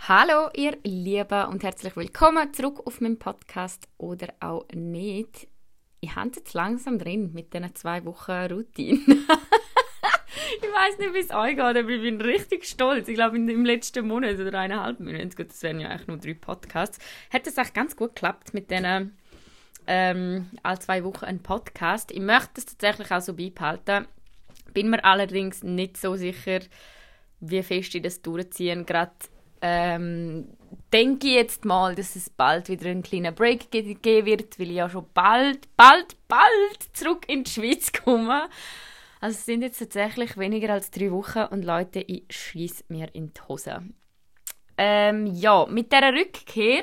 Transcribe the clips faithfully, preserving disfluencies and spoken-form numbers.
Hallo ihr Lieben und herzlich willkommen zurück auf meinem Podcast oder auch nicht. Ich habe es jetzt langsam drin mit diesen zwei Wochen Routine. Ich weiss nicht, wie es euch geht, aber ich bin richtig stolz. Ich glaube, im letzten Monat oder eineinhalb Monaten, gut, das wären ja eigentlich nur drei Podcasts, hat es eigentlich ganz gut geklappt mit diesen ähm, alle zwei Wochen ein Podcast. Ich möchte es tatsächlich auch so beibehalten. Bin mir allerdings nicht so sicher, wie fest ich das durchziehen. Gerade ähm, denke ich jetzt mal, dass es bald wieder einen kleinen Break ge- geben wird, weil ich ja schon bald, bald, bald zurück in die Schweiz komme. Also es sind jetzt tatsächlich weniger als drei Wochen und Leute, ich schiesse mir in die Hose. Ähm, ja, mit dieser Rückkehr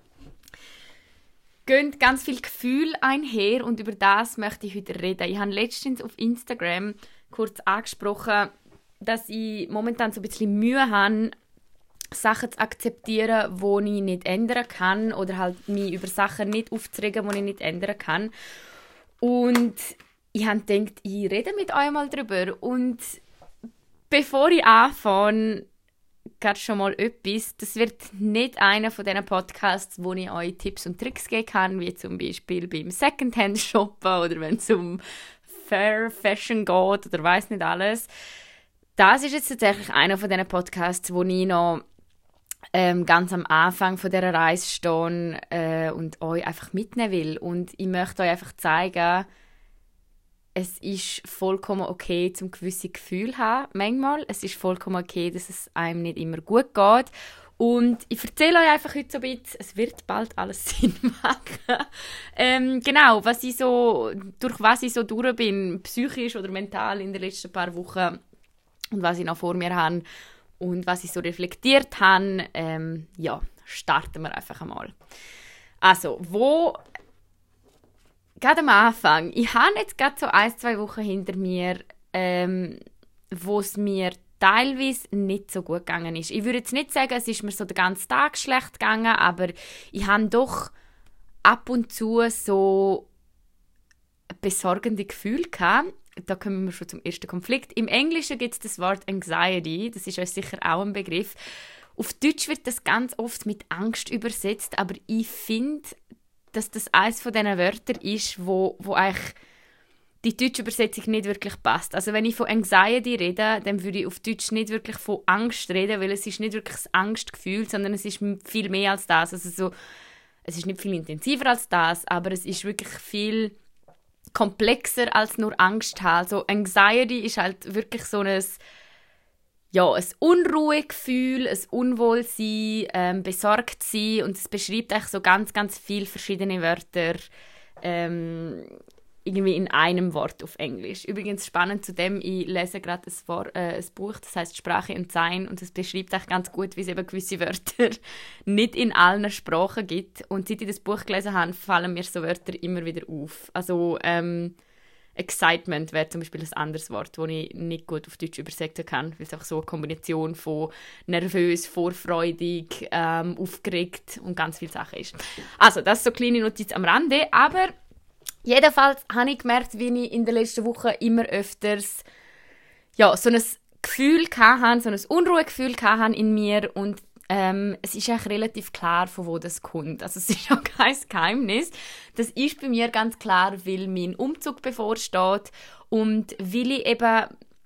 gehen ganz viele Gefühle einher und über das möchte ich heute reden. Ich habe letztens auf Instagram kurz angesprochen, dass ich momentan so ein bisschen Mühe habe, Sachen zu akzeptieren, die ich nicht ändern kann oder halt mich über Sachen nicht aufzuregen, die ich nicht ändern kann. Und ich habe gedacht, ich rede mit euch mal darüber. Und bevor ich anfange, gerade schon mal etwas. Das wird nicht einer von diesen Podcasts, wo ich euch Tipps und Tricks geben kann, wie zum Beispiel beim Secondhand-Shoppen oder wenn es um Fair Fashion geht oder weiss nicht alles. Das ist jetzt tatsächlich einer von diesen Podcasts, wo ich noch ähm, ganz am Anfang von dieser Reise stehe äh, und euch einfach mitnehmen will. Und ich möchte euch einfach zeigen, es ist vollkommen okay, zum gewisse Gefühl zu haben, manchmal. Es ist vollkommen okay, dass es einem nicht immer gut geht. Und ich erzähle euch einfach heute so ein bisschen, es wird bald alles Sinn machen. ähm, genau, was ich so, durch was ich so durch bin, psychisch oder mental in den letzten paar Wochen und was ich noch vor mir habe und was ich so reflektiert habe. Ähm, ja, starten wir einfach einmal. Also, wo... Gerade am Anfang, ich habe jetzt gerade so ein, zwei Wochen hinter mir, ähm, wo es mir teilweise nicht so gut gegangen ist. Ich würde jetzt nicht sagen, es ist mir so den ganzen Tag schlecht gegangen, aber ich habe doch ab und zu so besorgende Gefühle gehabt. Da kommen wir schon zum ersten Konflikt. Im Englischen gibt es das Wort Anxiety, das ist euch sicher auch ein Begriff. Auf Deutsch wird das ganz oft mit Angst übersetzt, aber ich finde, dass das eines von diesen Wörtern ist, wo, wo eigentlich die deutsche Übersetzung nicht wirklich passt. Also wenn ich von Anxiety rede, dann würde ich auf Deutsch nicht wirklich von Angst reden, weil es ist nicht wirklich das Angstgefühl, sondern es ist viel mehr als das. Also so, es ist nicht viel intensiver als das, aber es ist wirklich viel komplexer als nur Angst haben. Also Anxiety ist halt wirklich so ein Ja, ein Unruhegefühl, ein Unwohlsein, ähm, besorgt sein und es beschreibt eigentlich so ganz, ganz viele verschiedene Wörter ähm, irgendwie in einem Wort auf Englisch. Übrigens spannend zu dem, ich lese gerade ein, Wort, äh, ein Buch, das heißt Sprache und Sein und es beschreibt eigentlich ganz gut, wie es eben gewisse Wörter nicht in allen Sprachen gibt. Und seit ich das Buch gelesen habe, fallen mir so Wörter immer wieder auf. Also ähm, Excitement wäre zum Beispiel ein anderes Wort, das ich nicht gut auf Deutsch übersetzen kann, weil es einfach so eine Kombination von nervös, vorfreudig, ähm, aufgeregt und ganz viele Sachen ist. Also, das ist so eine kleine Notiz am Rande, aber jedenfalls habe ich gemerkt, wie ich in den letzten Wochen immer öfters ja, so ein Gefühl hatte, so ein Unruhegefühl hatte in mir und Ähm, es ist eigentlich relativ klar, von wo das kommt. Also es ist auch kein Geheimnis. Das ist bei mir ganz klar, weil mein Umzug bevorsteht und weil ich eben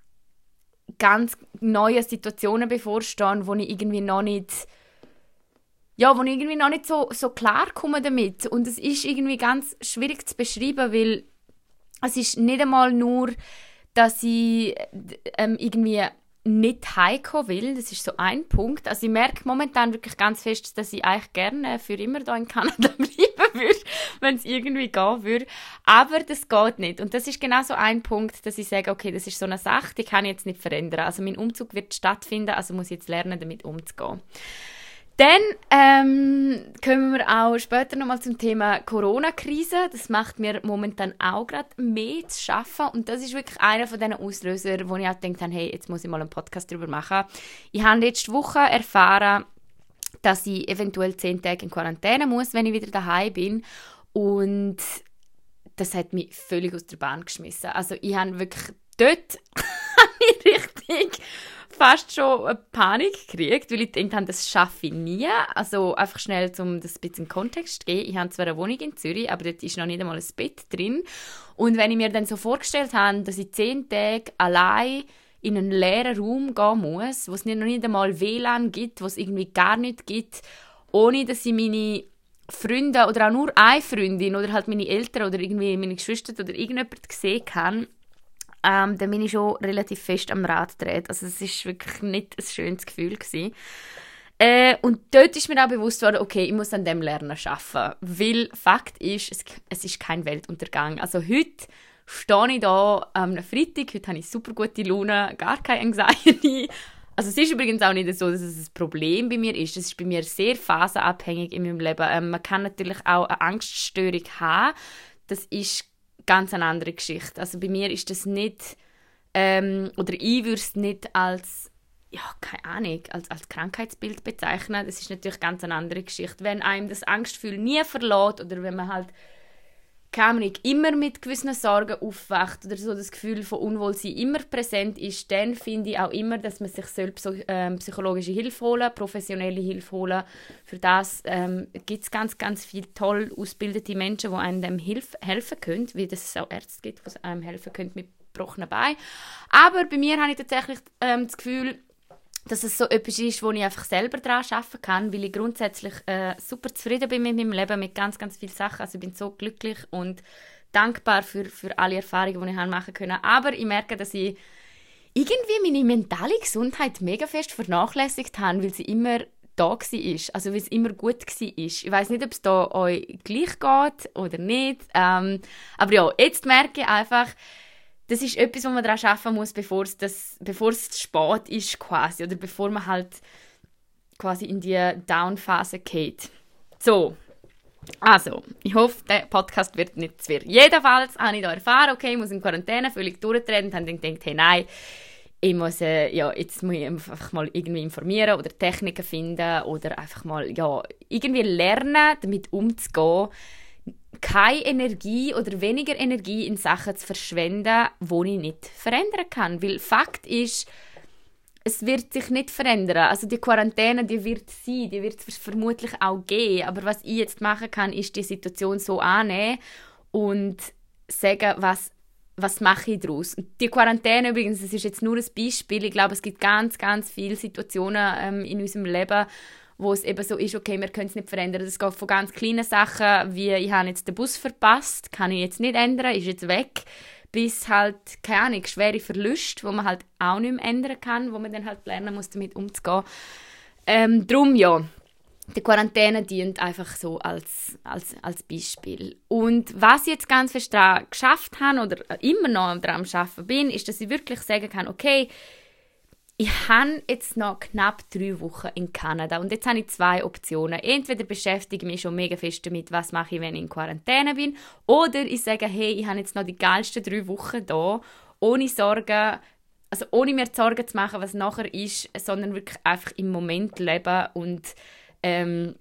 ganz neue Situationen bevorstehen, wo ich irgendwie noch nicht ja, wo ich irgendwie noch nicht so, so klar komme damit. Und es ist irgendwie ganz schwierig zu beschreiben, weil es ist nicht einmal nur, dass ich ähm, irgendwie nicht heimkommen will, das ist so ein Punkt. Also ich merke momentan wirklich ganz fest, dass ich eigentlich gerne für immer hier in Kanada bleiben würde, wenn es irgendwie gehen würde. Aber das geht nicht. Und das ist genau so ein Punkt, dass ich sage, okay, das ist so eine Sache, die kann ich jetzt nicht verändern. Also mein Umzug wird stattfinden, also muss ich jetzt lernen, damit umzugehen. Dann ähm, kommen wir auch später nochmal zum Thema Corona-Krise. Das macht mir momentan auch gerade mehr zu schaffen. Und das ist wirklich einer von diesen Auslösern, wo ich auch gedacht habe, hey, jetzt muss ich mal einen Podcast darüber machen. Ich habe letzte Woche erfahren, dass ich eventuell zehn Tage in Quarantäne muss, wenn ich wieder daheim bin. Und das hat mich völlig aus der Bahn geschmissen. Also ich habe wirklich dort ich richtig fast schon eine Panik gekriegt, weil ich gedacht habe, das schaffe ich nie. Also einfach schnell, um das ein bisschen in Kontext zu geben. Ich habe zwar eine Wohnung in Zürich, aber dort ist noch nicht einmal ein Bett drin. Und wenn ich mir dann so vorgestellt habe, dass ich zehn Tage allein in einen leeren Raum gehen muss, wo es noch nicht einmal W L A N gibt, wo es irgendwie gar nichts gibt, ohne dass ich meine Freunde oder auch nur eine Freundin oder halt meine Eltern oder irgendwie meine Geschwister oder irgendjemand gesehen kann, ähm, dann bin ich schon relativ fest am Rad gedreht. Also es war wirklich nicht ein schönes Gefühl gewesen. Äh, und dort ist mir auch bewusst worden, okay, ich muss an dem Lernen arbeiten. Weil Fakt ist, es, es ist kein Weltuntergang. Also heute stehe ich da am Freitag, heute habe ich super gute Laune, gar keine Anxiety. Also es ist übrigens auch nicht so, dass es ein Problem bei mir ist. Es ist bei mir sehr phasenabhängig in meinem Leben. Ähm, man kann natürlich auch eine Angststörung haben. Das ist ganz eine andere Geschichte. Also bei mir ist das nicht, ähm, oder ich würde es nicht als, ja, keine Ahnung, als, als Krankheitsbild bezeichnen. Das ist natürlich ganz eine andere Geschichte. Wenn einem das Angstgefühl nie verlässt oder wenn man halt kann man nicht immer mit gewissen Sorgen aufwacht oder so das Gefühl von Unwohlsein immer präsent ist, dann finde ich auch immer, dass man sich selbst ähm, psychologische Hilfe holen, professionelle Hilfe holen. Für das ähm, gibt es ganz, ganz viele toll ausgebildete Menschen, die einem dem hilf- helfen können, wie es auch Ärzte gibt, die einem helfen können mit gebrochenen Beinen. Aber bei mir habe ich tatsächlich ähm, das Gefühl, dass es so etwas ist, wo ich einfach selber daran arbeiten kann, weil ich grundsätzlich äh, super zufrieden bin mit meinem Leben, mit ganz, ganz vielen Sachen. Also ich bin so glücklich und dankbar für, für alle Erfahrungen, die ich machen konnte. Aber ich merke, dass ich irgendwie meine mentale Gesundheit mega fest vernachlässigt habe, weil sie immer da war. Also weil es immer gut war. Ich weiss nicht, ob es da euch gleich geht oder nicht. Ähm, aber ja, jetzt merke ich einfach, das ist etwas, wo man daran arbeiten muss, bevor es, das, bevor es zu spät ist, quasi. Oder bevor man halt quasi in die Down-Phase geht. So, also, ich hoffe, der Podcast wird nicht zu viel. Jedenfalls habe ich da erfahren, okay, ich muss in Quarantäne völlig durchtreten und habe dann gedacht, hey, nein, ich muss, äh, ja, jetzt muss ich einfach mal irgendwie informieren oder Techniken finden oder einfach mal, ja, irgendwie lernen, damit umzugehen, keine Energie oder weniger Energie in Sachen zu verschwenden, die ich nicht verändern kann. Weil Fakt ist, es wird sich nicht verändern. Also die Quarantäne, die wird sein, die wird es vermutlich auch geben. Aber was ich jetzt machen kann, ist die Situation so annehmen und sagen, was, was mache ich daraus. Und die Quarantäne übrigens, das ist jetzt nur ein Beispiel. Ich glaube, es gibt ganz, ganz viele Situationen ähm, in unserem Leben, wo es eben so ist, okay, wir können es nicht verändern. Das geht von ganz kleinen Sachen, wie ich habe jetzt den Bus verpasst, kann ich jetzt nicht ändern, ist jetzt weg, bis halt, keine Ahnung, schwere Verluste, wo man halt auch nicht mehr ändern kann, wo man dann halt lernen muss, damit umzugehen. Ähm, drum ja, die Quarantäne dient einfach so als, als, als Beispiel. Und was ich jetzt ganz fest daran geschafft habe oder immer noch daran am Arbeiten bin, ist, dass ich wirklich sagen kann, okay, ich habe jetzt noch knapp drei Wochen in Kanada und jetzt habe ich zwei Optionen. Entweder beschäftige ich mich schon mega fest damit, was mache ich, wenn ich in Quarantäne bin, oder ich sage, hey, ich habe jetzt noch die geilsten drei Wochen da, ohne Sorgen, also ohne mir Sorgen zu machen, was nachher ist, sondern wirklich einfach im Moment leben und ähm,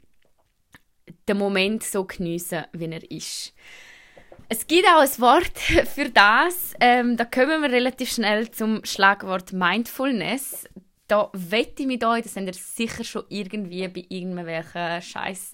den Moment so geniessen, wie er ist. Es gibt auch ein Wort für das. Ähm, da kommen wir relativ schnell zum Schlagwort Mindfulness. Da wette ich mit euch, das habt ihr sicher schon irgendwie bei irgendwelchen scheiß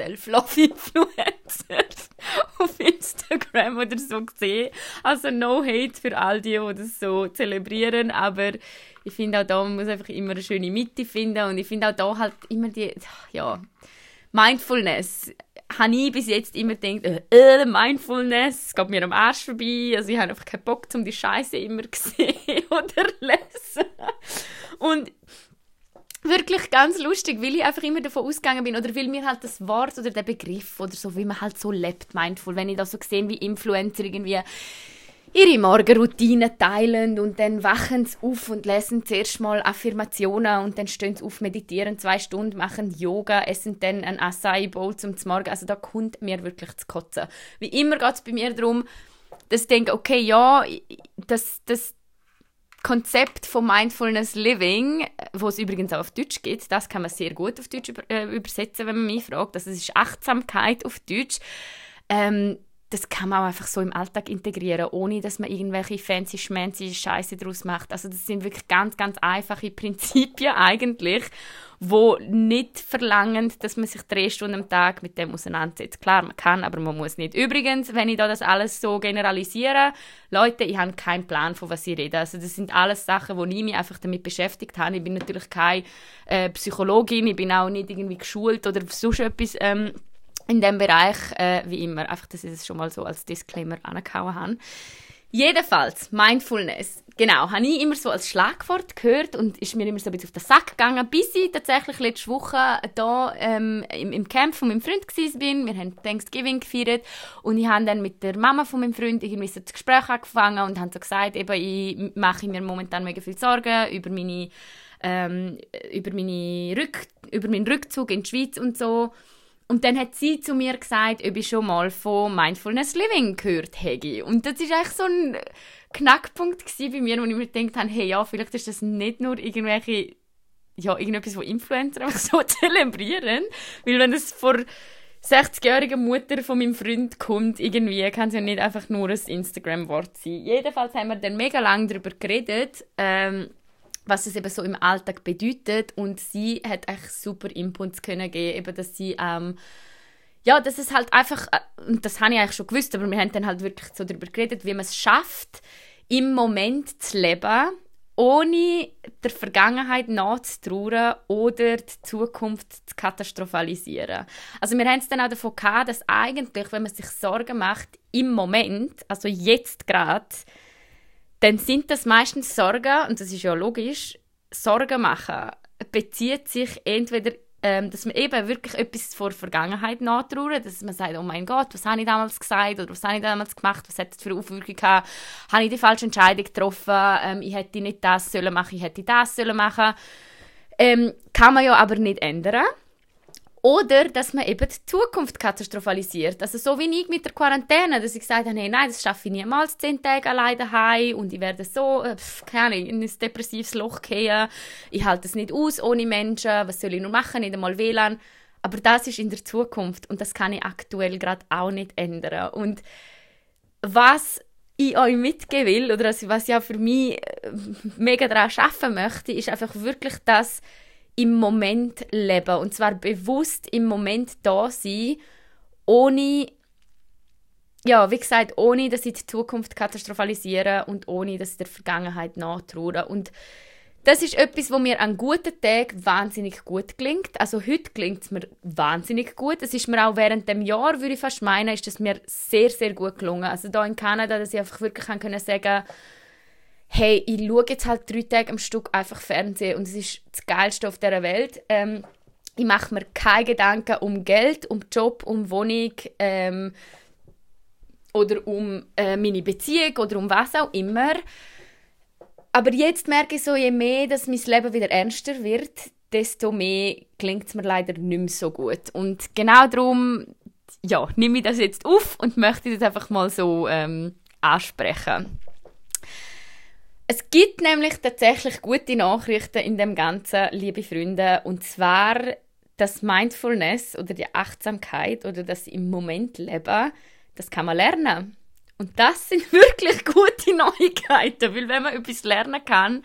Self-Love-Influencers auf Instagram oder so gesehen. Also no hate für all die, die das so zelebrieren, aber ich finde auch da, man muss einfach immer eine schöne Mitte finden und ich finde auch da halt immer die, ja, Mindfulness. Habe ich bis jetzt immer gedacht, äh, äh, Mindfulness, es geht mir am Arsch vorbei. Also ich habe einfach keinen Bock, um die Scheiße immer zu sehen oder lesen. Und wirklich ganz lustig, weil ich einfach immer davon ausgegangen bin oder weil mir halt das Wort oder der Begriff oder so, wie man halt so lebt, mindful, wenn ich da so sehe, wie Influencer irgendwie ihre Morgenroutine teilen und dann wachen sie auf und lesen zuerst mal Affirmationen und dann stehen sie auf, meditieren zwei Stunden, machen Yoga, essen dann ein Acai Bowl zum Morgen. Also da kommt mir wirklich zu kotzen. Wie immer geht es bei mir darum, dass ich denke, okay, ja, das, das Konzept von Mindfulness Living, wo es übrigens auch auf Deutsch gibt, das kann man sehr gut auf Deutsch über, äh, übersetzen, wenn man mich fragt. Das ist Achtsamkeit auf Deutsch. Ähm, das kann man auch einfach so im Alltag integrieren, ohne dass man irgendwelche fancy schmancy Scheiße daraus macht. Also das sind wirklich ganz, ganz einfache Prinzipien eigentlich, wo nicht verlangen, dass man sich drei Stunden am Tag mit dem auseinandersetzt. Klar, man kann, aber man muss nicht. Übrigens, wenn ich da das alles so generalisiere, Leute, ich habe keinen Plan, von was ich rede. Also das sind alles Sachen, wo ich mich einfach damit beschäftigt habe. Ich bin natürlich keine äh, Psychologin, ich bin auch nicht irgendwie geschult oder sonst etwas ähm, in diesem Bereich, äh, wie immer. Einfach, dass ich das schon mal so als Disclaimer angehauen habe. Jedenfalls, Mindfulness. Genau, habe ich immer so als Schlagwort gehört und ist mir immer so ein bisschen auf den Sack gegangen, bis ich tatsächlich letzte Woche hier ähm, im, im Camp von meinem Freund war. Wir haben Thanksgiving gefeiert und ich habe dann mit der Mama von meinem Freund irgendwie so das Gespräch angefangen und habe so gesagt, eben, ich mache mir momentan mega viel Sorgen über, meine, ähm, über, meine Rück, über meinen Rückzug in die Schweiz und so. Und dann hat sie zu mir gesagt, ob ich schon mal von Mindfulness Living gehört hätte. Und das war eigentlich so ein Knackpunkt bei mir, wo ich mir gedacht habe, hey, ja, vielleicht ist das nicht nur irgendwelche, ja, irgendetwas, was Influencer einfach so zelebrieren. Weil wenn es vor sechzigjährigen Mutter von meinem Freund kommt, irgendwie kann es ja nicht einfach nur ein Instagram-Wort sein. Jedenfalls haben wir dann mega lange darüber geredet, ähm, was es eben so im Alltag bedeutet, und sie hat echt super Inputs können geben, eben, dass sie ähm, ja, das ist halt einfach, und das habe ich eigentlich schon gewusst, aber wir haben dann halt wirklich so darüber geredet, wie man es schafft, im Moment zu leben, ohne der Vergangenheit nachzutrauern oder die Zukunft zu katastrophalisieren. Also wir haben es dann auch davon gehabt, dass eigentlich, wenn man sich Sorgen macht, im Moment, also jetzt gerade, dann sind das meistens Sorgen, und das ist ja logisch, Sorgen machen bezieht sich entweder, ähm, dass man eben wirklich etwas vor der Vergangenheit nachtrauert, dass man sagt, oh mein Gott, was habe ich damals gesagt oder was habe ich damals gemacht, was hat das für eine Auswirkung gehabt, habe ich die falsche Entscheidung getroffen, ähm, ich hätte nicht das sollen machen, ich hätte das sollen machen. Ähm, kann man ja aber nicht ändern. Oder dass man eben die Zukunft katastrophalisiert. Also so wie ich mit der Quarantäne, dass ich gesagt habe, hey, nein, das schaffe ich niemals, zehn Tage alleine daheim und ich werde so, äh, keine Ahnung, in ein depressives Loch gehen. Ich halte es nicht aus ohne Menschen, was soll ich nur machen, nicht einmal W L A N. Aber das ist in der Zukunft und das kann ich aktuell gerade auch nicht ändern. Und was ich euch mitgeben will, oder was ich auch für mich mega daran arbeiten möchte, ist einfach wirklich das, im Moment leben. Und zwar bewusst im Moment da sein, ohne, ja, wie gesagt, ohne, dass ich die Zukunft katastrophalisiere und ohne, dass ich der Vergangenheit nachtraue. Und das ist etwas, was mir an guten Tagen wahnsinnig gut gelingt. Also heute gelingt es mir wahnsinnig gut. Es ist mir auch während dem Jahr, würde ich fast meinen, ist es mir sehr, sehr gut gelungen. Also hier in Kanada, dass ich einfach wirklich sagen konnte, hey, ich schaue jetzt halt drei Tage am Stück einfach Fernsehen und es ist das Geilste auf dieser Welt. Ähm, ich mache mir keine Gedanken um Geld, um Job, um Wohnung ähm, oder um äh, meine Beziehung oder um was auch immer. Aber jetzt merke ich so, je mehr, dass mein Leben wieder ernster wird, desto mehr klingt es mir leider nicht mehr so gut. Und genau darum, ja, nehme ich das jetzt auf und möchte das einfach mal so ähm, ansprechen. Es gibt nämlich tatsächlich gute Nachrichten in dem Ganzen, liebe Freunde, und zwar das Mindfulness oder die Achtsamkeit oder das im Moment Leben, das kann man lernen. Und das sind wirklich gute Neuigkeiten, weil wenn man etwas lernen kann,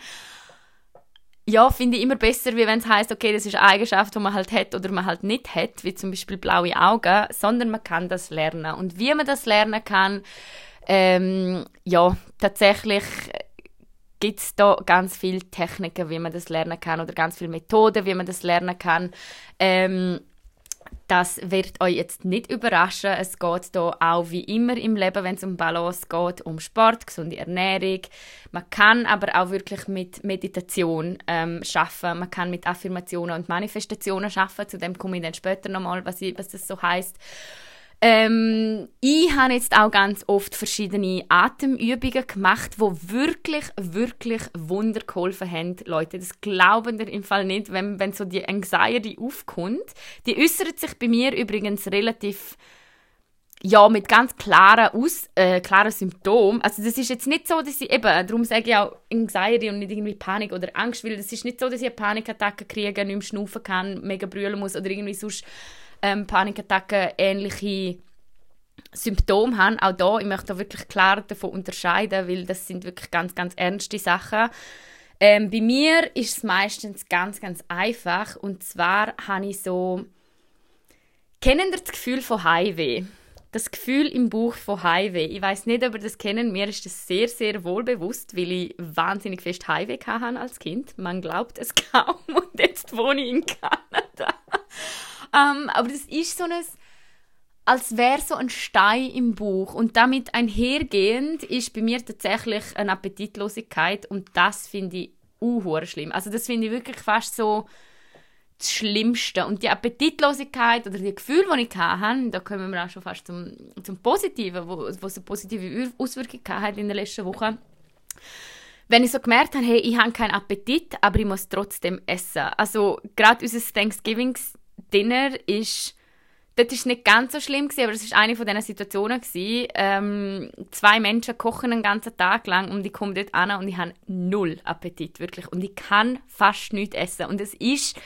ja, finde ich immer besser, wie wenn es heisst, okay, das ist eine Eigenschaft, die man halt hat oder man halt nicht hat, wie zum Beispiel blaue Augen, sondern man kann das lernen. Und wie man das lernen kann, ähm, ja, tatsächlich gibt es da ganz viele Techniken, wie man das lernen kann oder ganz viele Methoden, wie man das lernen kann. Ähm, das wird euch jetzt nicht überraschen. Es geht da auch wie immer im Leben, wenn es um Balance geht, um Sport, gesunde Ernährung. Man kann aber auch wirklich mit Meditation ähm, arbeiten. Man kann mit Affirmationen und Manifestationen arbeiten. Zu dem komme ich dann später nochmal, was, ich, was das so heisst. Ähm, ich habe jetzt auch ganz oft verschiedene Atemübungen gemacht, die wirklich, wirklich Wunder geholfen haben. Leute, das glauben ihr im Fall nicht, wenn, wenn so die Anxiety aufkommt. Die äußert sich bei mir übrigens relativ, ja, mit ganz klaren, Aus, äh, klaren Symptomen. Also das ist jetzt nicht so, dass ich eben, darum sage ich auch Anxiety und nicht irgendwie Panik oder Angst, weil das ist nicht so, dass ich eine Panikattacke kriege, nicht mehr schnaufen kann, mega brüllen muss oder irgendwie sonst Ähm, Panikattacken ähnliche Symptome habe. Auch da, ich möchte da wirklich klar davon unterscheiden, weil das sind wirklich ganz, ganz ernste Sachen. Ähm, bei mir ist es meistens ganz, ganz einfach. Und zwar habe ich so... Kennen ihr das Gefühl von Heimweh? Das Gefühl im Bauch von Heimweh. Ich weiss nicht, ob ihr das kennt. Mir ist das sehr, sehr wohl bewusst, weil ich wahnsinnig fest Heimweh hatte als Kind. Man glaubt es kaum. Und jetzt wohne ich in Kanada. um, aber das ist so ein... als wäre so ein Stein im Bauch. Und damit einhergehend ist bei mir tatsächlich eine Appetitlosigkeit. Und das finde ich uh, schlimm. Also das finde ich wirklich fast so das Schlimmste. Und die Appetitlosigkeit oder die Gefühle, die ich hatte, da kommen wir auch schon fast zum, zum Positiven, wo, wo so positive Auswirkungen hatte in der letzten Woche. Wenn ich so gemerkt habe, hey, ich habe keinen Appetit, aber ich muss trotzdem essen. Also gerade unser Thanksgiving-Dinner ist... Dort war es nicht ganz so schlimm, aber es war eine von diesen Situationen. Ähm, zwei Menschen kochen einen ganzen Tag lang und ich komme dort an und ich habe null Appetit, wirklich. Und ich kann fast nichts essen. Und es ist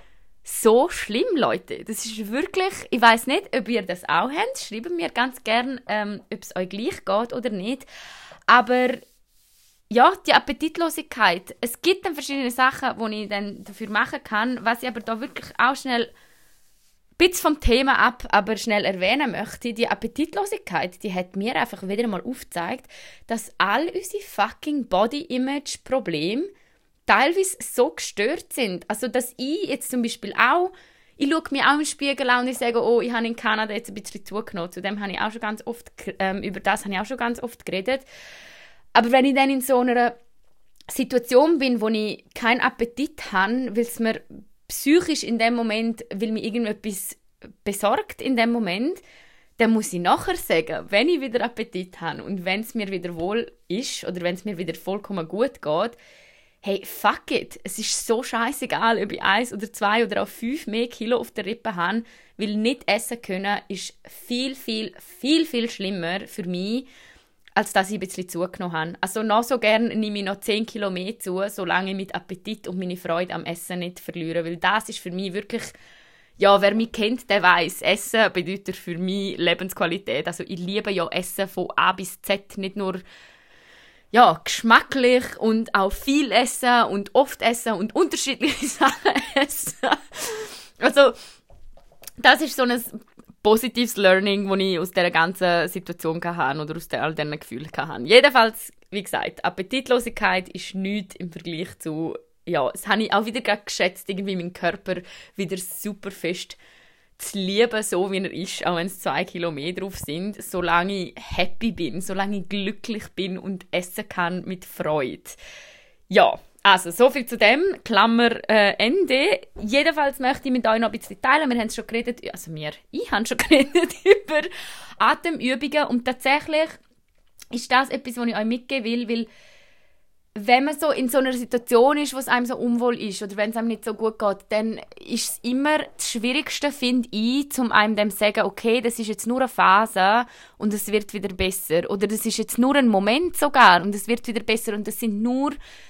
so schlimm, Leute. Das ist wirklich, ich weiss nicht, ob ihr das auch habt. Schreibt mir ganz gerne, ähm, ob es euch gleich geht oder nicht. Aber ja, die Appetitlosigkeit. Es gibt dann verschiedene Sachen, die ich dann dafür machen kann, was ich aber da wirklich auch schnell ein bisschen vom Thema ab, aber schnell erwähnen möchte, die Appetitlosigkeit, die hat mir einfach wieder mal aufgezeigt, dass all unsere fucking Body-Image-Probleme teilweise so gestört sind. Also, dass ich jetzt zum Beispiel auch, ich schaue mir auch im Spiegel an und ich sage, oh, ich habe in Kanada jetzt ein bisschen zugenommen. Zu dem habe ich auch schon ganz oft, ähm, über das habe ich auch schon ganz oft geredet. Aber wenn ich dann in so einer Situation bin, wo ich keinen Appetit habe, weil es mir psychisch in dem Moment, weil mir irgendetwas besorgt in dem Moment, dann muss ich nachher sagen, wenn ich wieder Appetit habe und wenn es mir wieder wohl ist oder wenn es mir wieder vollkommen gut geht, hey, fuck it, es ist so scheißegal, ob ich eins oder zwei oder auch fünf mehr Kilo auf der Rippe habe, weil nicht essen können ist viel, viel, viel, viel schlimmer für mich, als dass ich ein bisschen zugenommen habe. Also noch so gerne nehme ich noch zehn Kilo mehr zu, solange ich mit Appetit und meine Freude am Essen nicht verliere. Weil das ist für mich wirklich, ja, wer mich kennt, der weiss, Essen bedeutet für mich Lebensqualität. Also ich liebe ja Essen von A bis Z, nicht nur ja, geschmacklich und auch viel essen und oft essen und unterschiedliche Sachen essen. Also das ist so ein positives Learning, das ich aus dieser ganzen Situation hatte oder aus all diesen Gefühlen hatte. Jedenfalls, wie gesagt, Appetitlosigkeit ist nichts im Vergleich zu, ja, das habe ich auch wieder geschätzt, irgendwie meinen Körper wieder super fest zu lieben, so wie er ist, auch wenn es zwei Kilo mehr drauf sind, solange ich happy bin, solange ich glücklich bin und essen kann mit Freude. Ja, also, so viel zu dem, Klammer äh, Ende. Jedenfalls möchte ich mit euch noch ein bisschen teilen. Wir haben schon geredet, also wir, ich habe schon geredet über Atemübungen und tatsächlich ist das etwas, was ich euch mitgeben will, weil wenn man so in so einer Situation ist, wo es einem so unwohl ist oder wenn es einem nicht so gut geht, dann ist es immer das Schwierigste, finde ich, um einem dem zu sagen, okay, das ist jetzt nur eine Phase und es wird wieder besser. Oder das ist jetzt nur ein Moment sogar und es wird wieder besser und das sind nur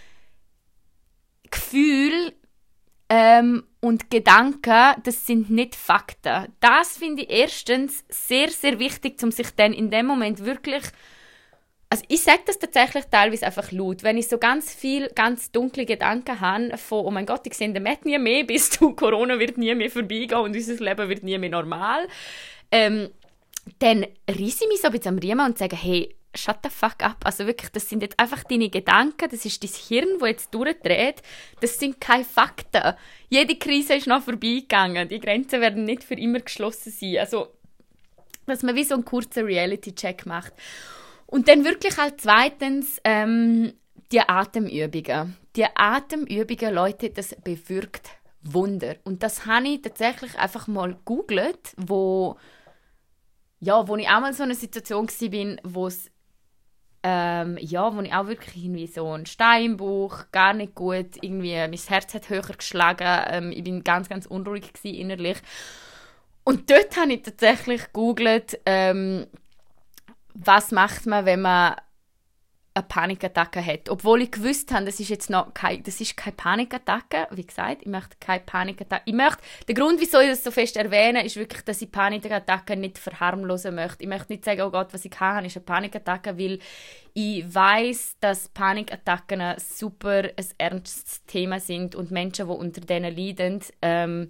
Gefühle ähm, und Gedanken, das sind nicht Fakten. Das finde ich erstens sehr, sehr wichtig, um sich dann in dem Moment wirklich, also ich sage das tatsächlich teilweise einfach laut, wenn ich so ganz viel, ganz dunkle Gedanken habe von, oh mein Gott, ich sehe den Matt nie mehr, bis zu Corona wird nie mehr vorbeigehen und unser Leben wird nie mehr normal, ähm, dann reisse ich mich so ein bisschen am Riemen und sage, hey, shut the fuck up. Also wirklich, das sind jetzt einfach deine Gedanken, das ist dein Hirn, das jetzt durchdreht. Das sind keine Fakten. Jede Krise ist noch vorbeigegangen. Die Grenzen werden nicht für immer geschlossen sein. Also, dass man wie so einen kurzen Reality-Check macht. Und dann wirklich halt zweitens ähm, die Atemübungen. Die Atemübungen, Leute, das bewirkt Wunder. Und das habe ich tatsächlich einfach mal gegoogelt, wo, ja, wo ich auch mal so eine Situation war, wo es Ähm, ja, wo ich auch wirklich irgendwie so einen Stein im Bauch, gar nicht gut, irgendwie, mein Herz hat höher geschlagen, ähm, ich bin ganz, ganz unruhig gewesen, innerlich. Und dort habe ich tatsächlich gegoogelt, ähm, was macht man, wenn man eine Panikattacke hat. Obwohl ich gewusst habe, das ist jetzt noch kein, das ist keine Panikattacke. Wie gesagt, ich möchte keine Panikattacke. Ich möchte, der Grund, wieso ich das so fest erwähne, ist wirklich, dass ich Panikattacken nicht verharmlosen möchte. Ich möchte nicht sagen, oh Gott, was ich habe, ist eine Panikattacke, weil ich weiss, dass Panikattacken super ein ernstes Thema sind und Menschen, die unter denen leiden, ähm,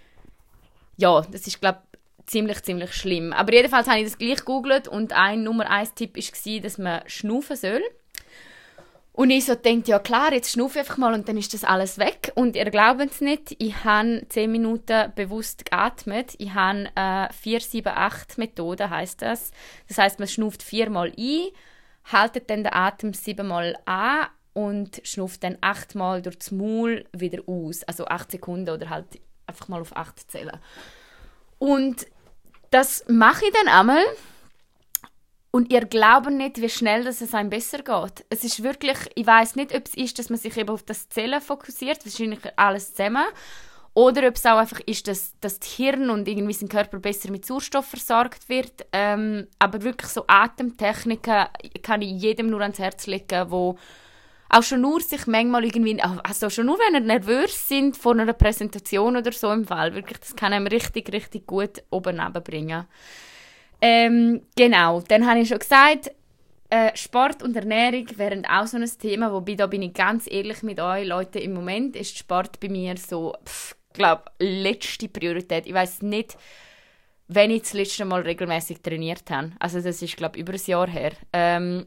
ja, das ist, glaube ich, ziemlich, ziemlich schlimm. Aber jedenfalls habe ich das gleich gegoogelt und ein Nummer eins Tipp war, dass man schnaufen soll. Und ich so dachte, ja klar, jetzt schnaufe ich einfach mal und dann ist das alles weg. Und ihr glaubt es nicht, ich habe zehn Minuten bewusst geatmet. Ich habe äh, vier sieben acht Methode, heisst das. Das heisst, man schnauft viermal ein, haltet dann den Atem siebenmal an und schnauft dann achtmal durch das Maul wieder aus. Also acht Sekunden oder halt einfach mal auf acht zählen. Und das mache ich dann einmal. Und ihr glaubt nicht, wie schnell dass es einem besser geht. Es ist wirklich, ich weiss nicht, ob es ist, dass man sich eben auf das Zählen fokussiert, wahrscheinlich alles zusammen. Oder ob es auch einfach ist, dass, dass das Hirn und irgendwie sein Körper besser mit Sauerstoff versorgt wird. Ähm, aber wirklich so Atemtechniken kann ich jedem nur ans Herz legen, wo auch schon nur sich manchmal irgendwie, also schon nur wenn ihr nervös sind vor einer Präsentation oder so im Fall, wirklich, das kann einem richtig, richtig gut oben bringen. Ähm, genau, dann habe ich schon gesagt, äh, Sport und Ernährung wären auch so ein Thema, wobei da bin ich ganz ehrlich mit euch, Leute, im Moment ist Sport bei mir so, ich glaube, letzte Priorität. Ich weiss nicht, wenn ich das letzte Mal regelmäßig trainiert habe. Also das ist, glaube ich, über ein Jahr her. Ähm,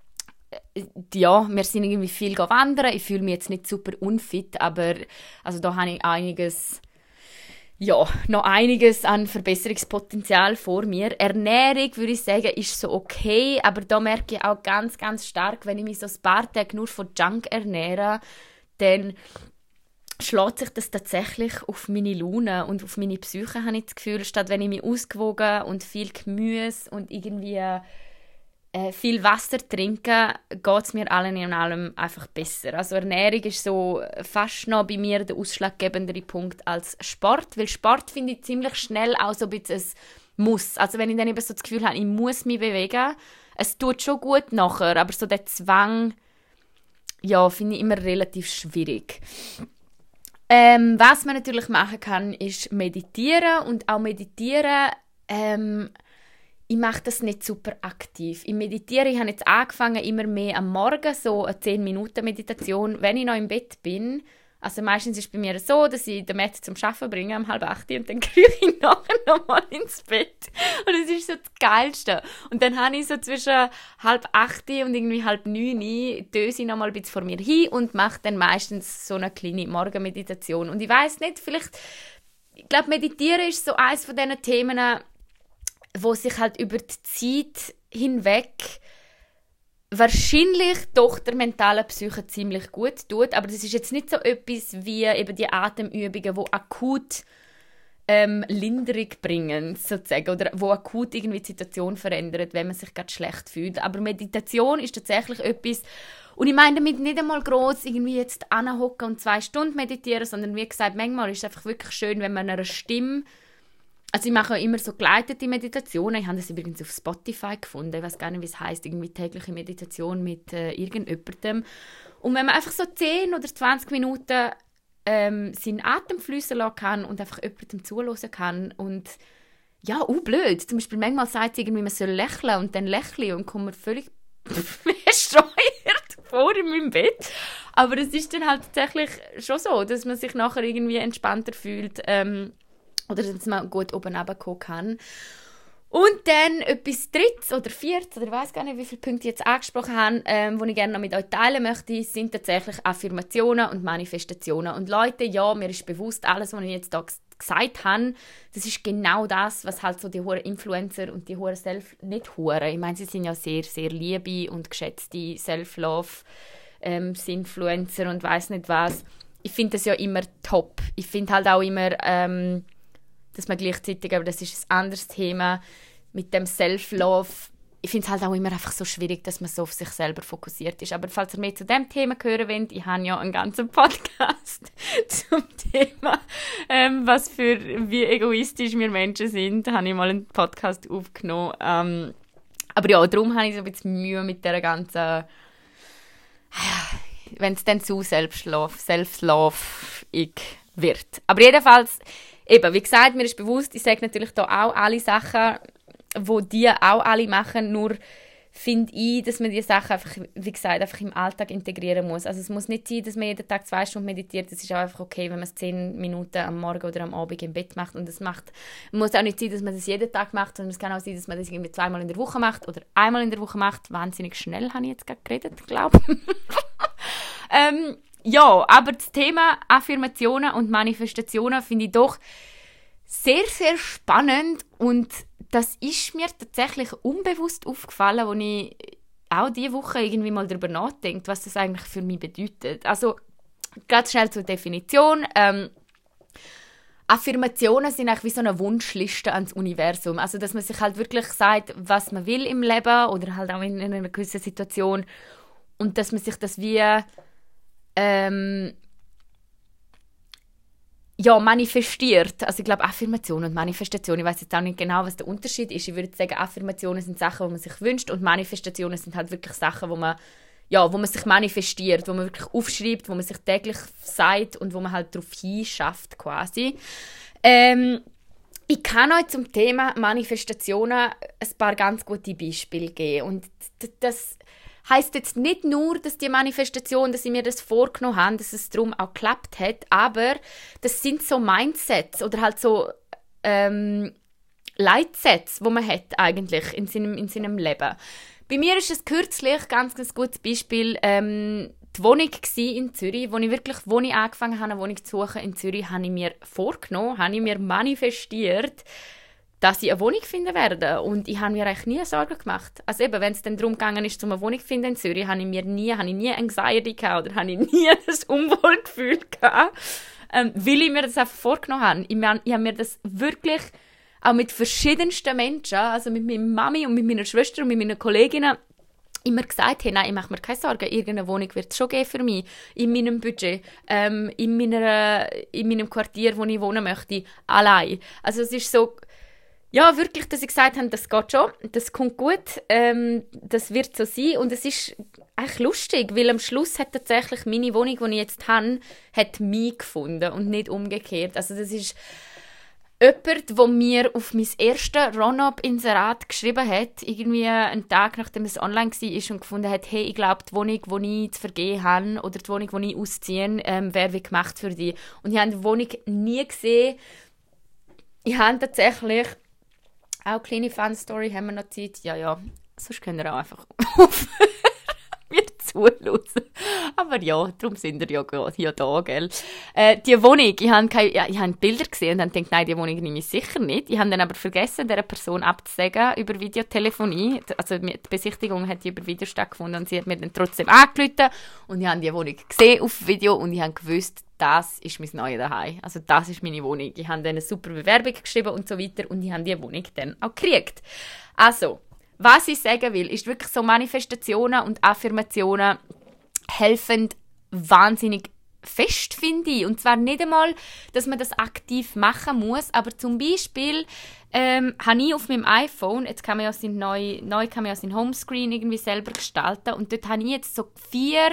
ja, wir sind irgendwie viel wandern. Ich fühle mich jetzt nicht super unfit, aber also da habe ich einiges, ja, noch einiges an Verbesserungspotenzial vor mir. Ernährung, würde ich sagen, ist so okay, aber da merke ich auch ganz, ganz stark, wenn ich mich so ein paar Tage nur von Junk ernähre, dann schlägt sich das tatsächlich auf meine Laune und auf meine Psyche, habe ich das Gefühl. Statt wenn ich mich ausgewogen und viel Gemüse und irgendwie äh, viel Wasser trinke, geht es mir allen in allem einfach besser. Also Ernährung ist so fast noch bei mir der ausschlaggebendere Punkt als Sport, weil Sport finde ich ziemlich schnell auch so ein bisschen ein Muss. Also wenn ich dann eben so das Gefühl habe, ich muss mich bewegen, es tut schon gut nachher, aber so der Zwang, ja, finde ich immer relativ schwierig. Ähm, was man natürlich machen kann, ist meditieren. Und auch meditieren, ähm, ich mache das nicht super aktiv. Ich meditiere, ich habe jetzt angefangen, immer mehr am Morgen, so eine zehn Minuten Meditation, wenn ich noch im Bett bin. Also meistens ist es bei mir so, dass ich den Matt zum Arbeiten bringe, um halb acht und dann kriege ich nachher noch mal ins Bett. Und das ist so das Geilste. Und dann habe ich so zwischen halb acht und irgendwie halb neun, döse ich noch mal ein bisschen vor mir hin und mache dann meistens so eine kleine Morgenmeditation. Und ich weiss nicht, vielleicht, ich glaube, Meditieren ist so eines von diesen Themen, wo sich halt über die Zeit hinweg wahrscheinlich doch der mentalen Psyche ziemlich gut tut, aber das ist jetzt nicht so etwas wie eben die Atemübungen, die akut ähm, Linderung bringen, sozusagen, oder wo akut irgendwie die Situation verändern, wenn man sich gerade schlecht fühlt. Aber Meditation ist tatsächlich etwas, und ich meine damit nicht einmal gross irgendwie jetzt anhocken und zwei Stunden meditieren, sondern wie gesagt, manchmal ist es einfach wirklich schön, wenn man einer Stimme. Also ich mache immer so geleitete Meditationen. Ich habe das übrigens auf Spotify gefunden. Ich weiß gar nicht, wie es heisst. Irgendwie tägliche Meditation mit äh, irgendjemandem. Und wenn man einfach so zehn oder zwanzig Minuten ähm, seinen Atem fließen lassen kann und einfach jemandem zuhören kann und ja, uh, blöd. Zum Beispiel manchmal sagt sie irgendwie, man soll lächeln und dann lächle ich und komme mir völlig versteuert vor in meinem Bett. Aber es ist dann halt tatsächlich schon so, dass man sich nachher irgendwie entspannter fühlt, ähm, oder dass man gut oben runterkommen kann. Und dann etwas Drittes oder Viertes, oder ich weiss gar nicht, wie viele Punkte ich jetzt angesprochen habe, ähm, die ich gerne noch mit euch teilen möchte, sind tatsächlich Affirmationen und Manifestationen. Und Leute, ja, mir ist bewusst, alles, was ich jetzt hier gesagt habe, das ist genau das, was halt so die hohen Influencer und die hohen Self... nicht hohen, ich meine, sie sind ja sehr, sehr liebe und geschätzte Self-Love-Influencer ähm, und weiss nicht was. Ich finde das ja immer top. Ich finde halt auch immer... Ähm, dass man gleichzeitig, aber das ist ein anderes Thema, mit dem Self-Love. Ich finde es halt auch immer einfach so schwierig, dass man so auf sich selber fokussiert ist. Aber falls ihr mehr zu diesem Thema hören wollt, ich habe ja einen ganzen Podcast zum Thema, ähm, was für, wie egoistisch wir Menschen sind, da habe ich mal einen Podcast aufgenommen. Ähm, aber ja, darum habe ich so ein bisschen Mühe mit dieser ganzen wenn es dann zu Self-Love, Self-Love-ig wird. Aber jedenfalls, eben, wie gesagt, mir ist bewusst, ich sage natürlich da auch alle Sachen, die die auch alle machen, nur finde ich, dass man diese Sachen einfach, wie gesagt, einfach im Alltag integrieren muss. Also es muss nicht sein, dass man jeden Tag zwei Stunden meditiert. Es ist auch einfach okay, wenn man es zehn Minuten am Morgen oder am Abend im Bett macht. Und das macht, es muss auch nicht sein, dass man das jeden Tag macht, sondern es kann auch sein, dass man das irgendwie zweimal in der Woche macht oder einmal in der Woche macht. Wahnsinnig schnell habe ich jetzt gerade geredet, glaube ich. ähm, ja, aber das Thema Affirmationen und Manifestationen finde ich doch sehr, sehr spannend und das ist mir tatsächlich unbewusst aufgefallen, als ich auch diese Woche irgendwie mal darüber nachdenke, was das eigentlich für mich bedeutet. Also, ganz schnell zur Definition. Ähm, Affirmationen sind eigentlich wie so eine Wunschliste ans Universum. Also, dass man sich halt wirklich sagt, was man will im Leben oder halt auch in einer gewissen Situation und dass man sich das wie ähm, ja, manifestiert. Also ich glaube, Affirmation und Manifestation, ich weiß jetzt auch nicht genau, was der Unterschied ist. Ich würde sagen, Affirmationen sind Sachen, die man sich wünscht und Manifestationen sind halt wirklich Sachen, wo man, ja, wo man sich manifestiert, wo man wirklich aufschreibt, wo man sich täglich sagt und wo man halt darauf hinschafft quasi. Ähm, ich kann euch zum Thema Manifestationen ein paar ganz gute Beispiele geben und das heisst jetzt nicht nur, dass die Manifestation, dass ich mir das vorgenommen habe, dass es darum auch geklappt hat, aber das sind so Mindsets oder halt so ähm, Leitsätze, die man hat eigentlich in seinem, in seinem Leben. Bei mir ist es kürzlich, ganz, ganz gutes Beispiel, ähm, die Wohnung in Zürich, wo ich wirklich, wo ich angefangen habe, eine Wohnung zu suchen in Zürich, habe ich mir vorgenommen, habe ich mir manifestiert, dass ich eine Wohnung finden werde. Und ich habe mir eigentlich nie Sorgen gemacht. Also eben, wenn es dann darum gegangen ist, um eine Wohnung zu finden in Zürich, habe ich mir nie, habe ich nie Anxiety gehabt oder habe ich nie ein Unwohlgefühl gehabt, ähm, weil ich mir das einfach vorgenommen habe. Ich, meine, ich habe mir das wirklich auch mit verschiedensten Menschen, also mit meiner Mami und mit meiner Schwester und mit meinen Kolleginnen, immer gesagt, hey, nein, ich mache mir keine Sorgen, irgendeine Wohnung wird es schon geben für mich, in meinem Budget, ähm, in, meiner, in meinem Quartier, wo ich wohnen möchte, allein. Also es ist so, ja, wirklich, dass ich gesagt habe, das geht schon, das kommt gut, ähm, das wird so sein. Und es ist eigentlich lustig, weil am Schluss hat tatsächlich meine Wohnung, die ich jetzt habe, hat mich gefunden und nicht umgekehrt. Also das ist jemand, der mir auf mein erstes Run-Up-Inserat geschrieben hat, irgendwie einen Tag, nachdem es online war und gefunden hat, hey, ich glaube, die Wohnung, die ich zu vergeben habe oder die Wohnung, die ich ausziehe, ähm, wäre wie gemacht für dich. Und ich habe die Wohnung nie gesehen. Ich habe tatsächlich auch eine kleine Fun-Story, haben wir noch Zeit? Ja, ja, sonst könnt ihr auch einfach aufhören, mir zuhören. Aber ja, darum sind wir ja, ja da, gell. Äh, die Wohnung, ich habe keine, ja, ich habe Bilder gesehen und dann gedacht, nein, die Wohnung nehme ich sicher nicht. Ich habe dann aber vergessen, dieser Person abzusagen über Videotelefonie. Also die Besichtigung hat über Video stattgefunden und sie hat mir dann trotzdem angerufen und ich habe die Wohnung gesehen auf Video und ich habe gewusst, das ist mein neues Zuhause. Also das ist meine Wohnung. Ich habe dann eine super Bewerbung geschrieben und so weiter und ich habe die Wohnung dann auch gekriegt. Also, was ich sagen will, ist wirklich so Manifestationen und Affirmationen helfen wahnsinnig fest, finde ich. Und zwar nicht einmal, dass man das aktiv machen muss, aber zum Beispiel ähm, habe ich auf meinem iPhone, jetzt kann man ja sein neu, neu kann man ja sein Homescreen irgendwie selber gestalten und dort habe ich jetzt so vier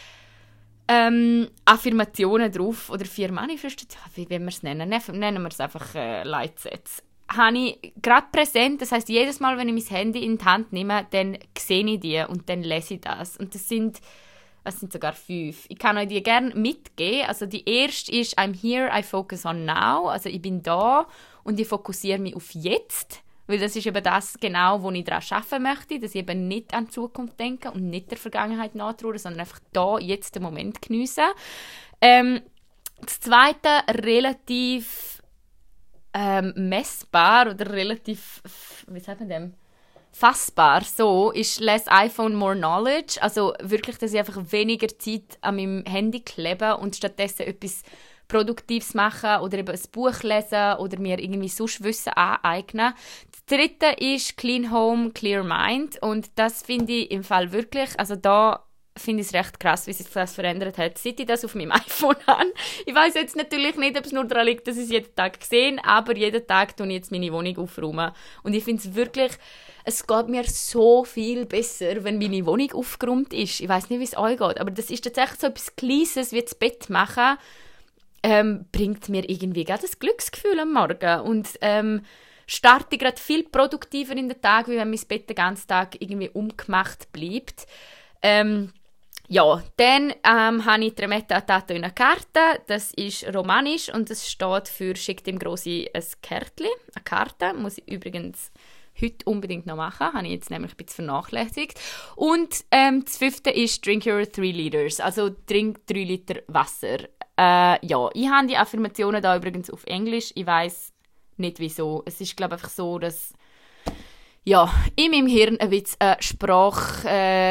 Ähm, Affirmationen drauf oder vier Manifestationen, wie wollen wir es nennen? Nennen wir es einfach äh, Leitsätze. Habe ich gerade präsent, das heisst, jedes Mal, wenn ich mein Handy in die Hand nehme, dann sehe ich die und dann lese ich das. Und das sind, das sind sogar fünf. Ich kann euch die gerne mitgeben. Also die erste ist «I'm here, I focus on now». Also ich bin da und ich fokussiere mich auf jetzt. Weil das ist eben das genau, wo ich daran arbeiten möchte, dass ich eben nicht an die Zukunft denke und nicht der Vergangenheit nachtraue, sondern einfach da, jetzt den Moment geniessen. Ähm, das Zweite, relativ ähm, messbar oder relativ, wie sagt man dem, fassbar, so, ist «Less iPhone, more knowledge». Also wirklich, dass ich einfach weniger Zeit an meinem Handy klebe und stattdessen etwas Produktives machen oder eben ein Buch lesen oder mir irgendwie sonst Wissen aneignen. Das Dritte ist «Clean Home, Clear Mind». Und das finde ich im Fall wirklich, also da finde ich es recht krass, wie sich das verändert hat, seit ich das auf meinem iPhone habe. Ich weiss jetzt natürlich nicht, ob es nur daran liegt, dass ich es jeden Tag sehe, aber jeden Tag tue ich jetzt meine Wohnung aufräumen. Und ich finde es wirklich, es geht mir so viel besser, wenn meine Wohnung aufgeräumt ist. Ich weiss nicht, wie es euch geht, aber das ist tatsächlich so etwas Kleines wie das Bett machen, ähm, bringt mir irgendwie gerade ein Glücksgefühl am Morgen. Und ähm, starte gerade viel produktiver in den Tag, wie wenn mein Bett den ganzen Tag irgendwie umgemacht bleibt. Ähm, Ja, dann ähm, habe ich Tremetta Tato in einer Karte. Das ist romanisch und das steht für «Schickt dem Grossi ein Kärtchen», eine Karte. Muss ich übrigens heute unbedingt noch machen. Habe ich jetzt nämlich ein bisschen vernachlässigt. Und ähm, das fünfte ist «Drink your three liters», also «Trink drei Liter Wasser». Äh, ja, ich habe die Affirmationen da übrigens auf Englisch. Ich weiss nicht wieso. Es ist, glaube ich, einfach so, dass ja, in meinem Hirn ein bisschen äh, Sprachchaos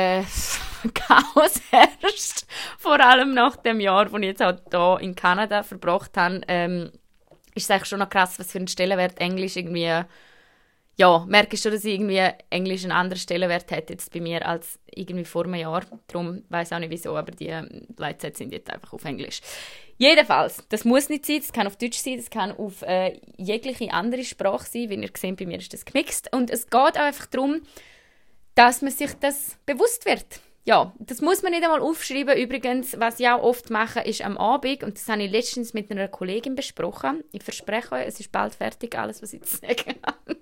äh, herrscht. Vor allem nach dem Jahr, das ich jetzt halt hier in Kanada verbracht habe, ähm, ist es eigentlich schon noch krass, was für einen Stellenwert Englisch irgendwie... Ja, merke ich schon, dass irgendwie Englisch einen anderen Stellenwert hat jetzt bei mir als irgendwie vor einem Jahr. Darum weiss ich auch nicht wieso, aber die Leitsätze sind jetzt einfach auf Englisch. Jedenfalls, das muss nicht sein, das kann auf Deutsch sein, das kann auf äh, jegliche andere Sprache sein. Wie ihr seht, bei mir ist das gemixt. Und es geht auch einfach darum, dass man sich das bewusst wird. Ja, das muss man nicht einmal aufschreiben. Übrigens, was ich auch oft mache, ist am Abend, und das habe ich letztens mit einer Kollegin besprochen. Ich verspreche euch, es ist bald fertig, alles, was ich zu sagen habe.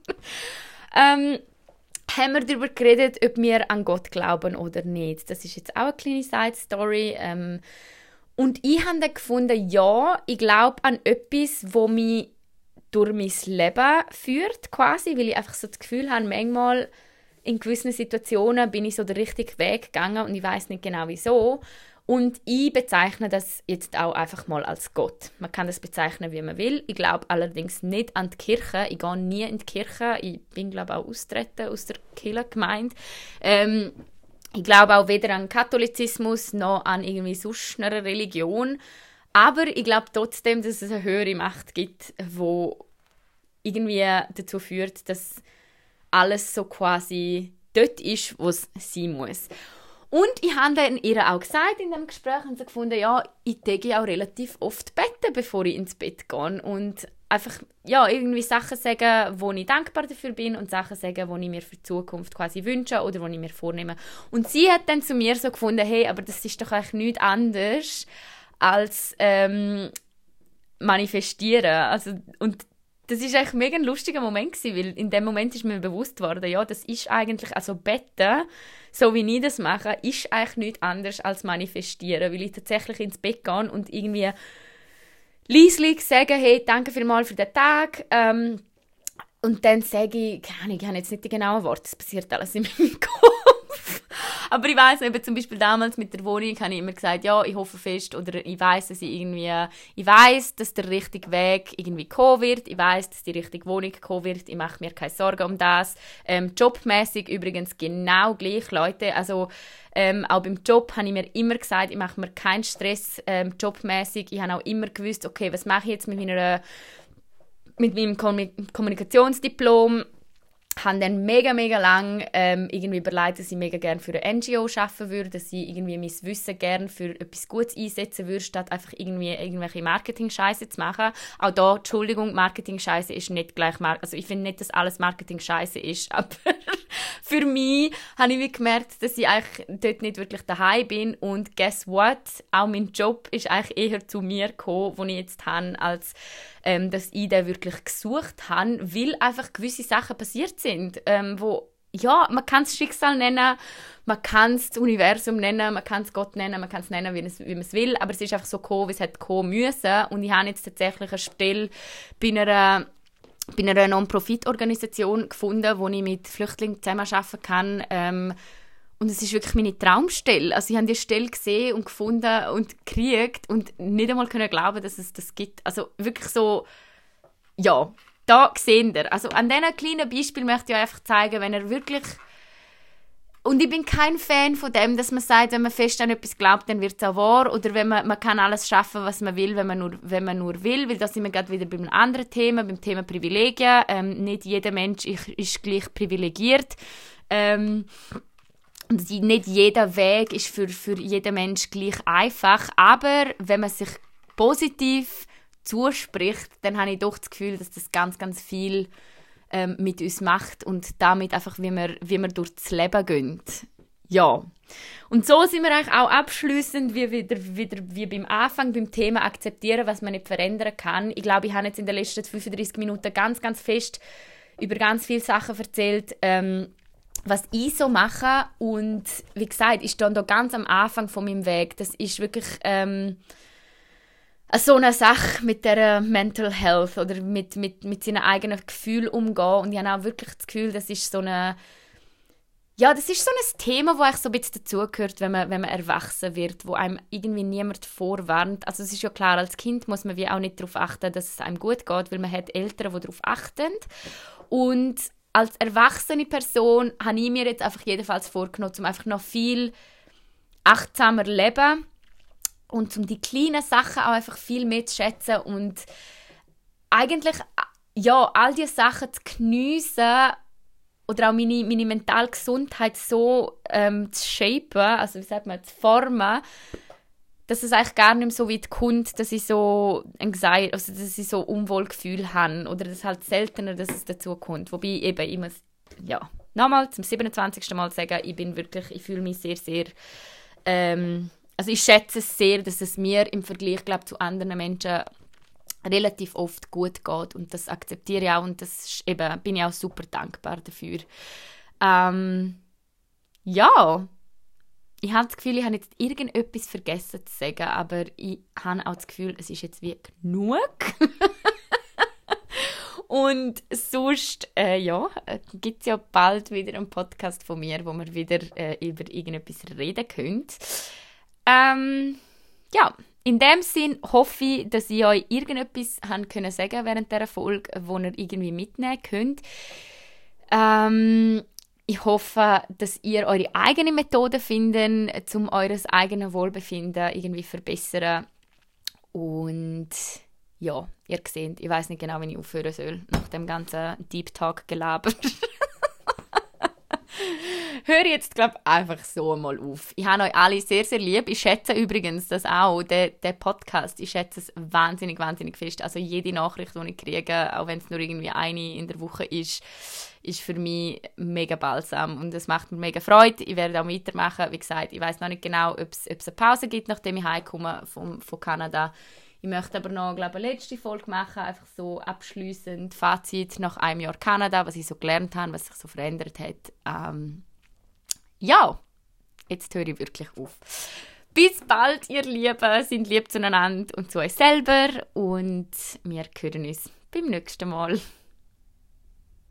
ähm, haben wir darüber geredet, ob wir an Gott glauben oder nicht. Das ist jetzt auch eine kleine Side-Story. Ähm, und ich habe dann gefunden, ja, ich glaube an etwas, das mich durch mein Leben führt, quasi, weil ich einfach so das Gefühl habe, manchmal in gewissen Situationen bin ich so den richtigen Weg gegangen und ich weiß nicht genau wieso. Und ich bezeichne das jetzt auch einfach mal als Gott. Man kann das bezeichnen, wie man will. Ich glaube allerdings nicht an die Kirche. Ich gehe nie in die Kirche. Ich bin, glaube ich, auch austreten aus der Kirchengemeinde. Ähm, ich glaube auch weder an Katholizismus noch an irgendwie sonst einer Religion. Aber ich glaube trotzdem, dass es eine höhere Macht gibt, die irgendwie dazu führt, dass alles so quasi dort ist, wo es sein muss. Und ich habe dann ihr auch gesagt in dem Gespräch und so gefunden, ja, ich täge auch relativ oft beten, bevor ich ins Bett gehe. Und einfach, ja, irgendwie Sachen sagen, wo ich dankbar dafür bin und Sachen sagen, wo ich mir für die Zukunft quasi wünsche oder wo ich mir vornehme. Und sie hat dann zu mir so gefunden, hey, aber das ist doch eigentlich nichts anderes als ähm, manifestieren. Also, und das war eigentlich mega ein lustiger Moment gewesen, weil in dem Moment ist mir bewusst geworden, ja, das ist eigentlich, also beten, so wie ich das mache, ist eigentlich nichts anderes als manifestieren, weil ich tatsächlich ins Bett gehe und irgendwie leislich sage, hey, danke vielmals für den Tag, ähm, und dann sage ich, keine Ahnung, ich habe jetzt nicht die genauen Worte, es passiert alles in meinem Kopf. Aber ich weiss, eben zum Beispiel damals mit der Wohnung habe ich immer gesagt, ja, ich hoffe fest, oder ich weiss, dass ich irgendwie, ich weiss, dass der richtige Weg irgendwie kommen wird, ich weiss, dass die richtige Wohnung kommen wird, ich mache mir keine Sorgen um das. Ähm, jobmäßig übrigens genau gleich, Leute, also ähm, auch beim Job habe ich mir immer gesagt, ich mache mir keinen Stress ähm, jobmäßig. Ich habe auch immer gewusst, okay, was mache ich jetzt mit meiner mit meinem Kommunikationsdiplom. Ich habe dann mega, mega lang ähm, irgendwie überlegt, dass ich mega gerne für eine N G O arbeiten würde, dass ich irgendwie mein Wissen gerne für etwas Gutes einsetzen würde, statt einfach irgendwie irgendwelche Marketing-Scheiße zu machen. Auch da, Entschuldigung, Marketing-Scheiße ist nicht gleich Mar- also ich finde nicht, dass alles Marketing-Scheiße ist, aber für mich habe ich wie gemerkt, dass ich eigentlich dort nicht wirklich daheim bin und guess what? Auch mein Job ist eigentlich eher zu mir gekommen, wo ich jetzt habe, als ähm, dass ich den wirklich gesucht habe, weil einfach gewisse Sachen passiert sind, ähm, wo, ja, man kann es Schicksal nennen, man kann es das Universum nennen, man kann es Gott nennen, man kann es nennen, wie, es, wie man es will, aber es ist einfach so gekommen, wie es hat kommen müssen. Und ich habe jetzt tatsächlich eine Stelle bei einer, bei einer Non-Profit-Organisation gefunden, wo ich mit Flüchtlingen zusammenarbeiten kann. Ähm, und es ist wirklich meine Traumstelle. Also ich habe die Stelle gesehen und gefunden und gekriegt und nicht einmal können glauben, dass es das gibt. Also wirklich so, ja, da seht ihr. Also an diesen kleinen Beispiel möchte ich euch einfach zeigen, wenn ihr wirklich... Und ich bin kein Fan von dem, dass man sagt, wenn man fest an etwas glaubt, dann wird es auch wahr. Oder wenn man, man kann alles schaffen, was man will, wenn man nur, wenn man nur will. Weil da sind wir gerade wieder beim anderen Thema, beim Thema Privilegien. Ähm, nicht jeder Mensch ist, ist gleich privilegiert. Ähm, Und nicht jeder Weg ist für, für jeden Mensch gleich einfach. Aber wenn man sich positiv zuspricht, dann habe ich doch das Gefühl, dass das ganz, ganz viel ähm, mit uns macht und damit einfach, wie wir, wie wir durchs Leben gehen. Ja. Und so sind wir eigentlich auch abschliessend wie, wieder, wieder, wie beim Anfang, beim Thema akzeptieren, was man nicht verändern kann. Ich glaube, ich habe jetzt in den letzten fünfunddreissig Minuten ganz, ganz fest über ganz viele Sachen erzählt, ähm, was ich so mache. Und wie gesagt, ich stehe da ganz am Anfang von meinem Weg. Das ist wirklich ähm, so eine Sache mit der Mental Health oder mit, mit, mit seinen eigenen Gefühlen umgehen. Und ich habe auch wirklich das Gefühl, das ist so eine Ja, das ist so ein Thema, das so ein bisschen dazugehört, wenn man, wenn man erwachsen wird, wo einem irgendwie niemand vorwarnt. Also es ist ja klar, als Kind muss man wie auch nicht darauf achten, dass es einem gut geht, weil man hat Eltern, die darauf achten. Und als erwachsene Person habe ich mir jetzt einfach jedenfalls vorgenommen, um einfach noch viel achtsamer zu leben und um die kleinen Sachen auch einfach viel mehr zu schätzen und eigentlich ja, all diese Sachen zu geniessen oder auch meine, meine mentale Gesundheit so ähm, zu shapen, also wie sagt man, zu formen, dass es eigentlich gar nicht mehr so weit kommt, dass ich so Anxiety, also dass ich so Unwohlgefühl habe oder dass halt seltener, dass es dazu kommt. Wobei eben, ich muss, ja, nochmal zum siebenundzwanzigsten Mal sagen, ich bin wirklich, ich fühle mich sehr, sehr, ähm, also ich schätze es sehr, dass es mir im Vergleich, glaube zu anderen Menschen relativ oft gut geht und das akzeptiere ich auch und das ist eben, bin ich auch super dankbar dafür. Ähm, ja, ich habe das Gefühl, ich habe jetzt irgendetwas vergessen zu sagen, aber ich habe auch das Gefühl, es ist jetzt wie genug. Und sonst, äh, ja, gibt es ja bald wieder einen Podcast von mir, wo wir wieder äh, über irgendetwas reden können. Ähm, ja, in dem Sinn hoffe ich, dass ich euch irgendetwas haben können sagen während dieser Folge, wo ihr irgendwie mitnehmen könnt. Ähm, ich hoffe, dass ihr eure eigene Methode findet, um eures eigenes Wohlbefinden irgendwie verbessern. Und ja, ihr seht, ich weiß nicht genau, wie ich aufhören soll nach dem ganzen Deep Talk Gelaber. Höre jetzt, glaube ich, einfach so mal auf. Ich habe euch alle sehr, sehr lieb. Ich schätze übrigens das auch, der, der Podcast, ich schätze es wahnsinnig, wahnsinnig fest. Also jede Nachricht, die ich kriege, auch wenn es nur irgendwie eine in der Woche ist, ist für mich mega balsam und es macht mir mega Freude. Ich werde auch weitermachen. Wie gesagt, ich weiß noch nicht genau, ob es eine Pause gibt, nachdem ich heimkomme von, von Kanada. Ich möchte aber noch, glaube ich, eine letzte Folge machen, einfach so abschliessend Fazit nach einem Jahr Kanada, was ich so gelernt habe, was sich so verändert hat. Ähm, ja, jetzt höre ich wirklich auf. Bis bald, ihr Lieben, sind lieb zueinander und zu euch selber und wir hören uns beim nächsten Mal.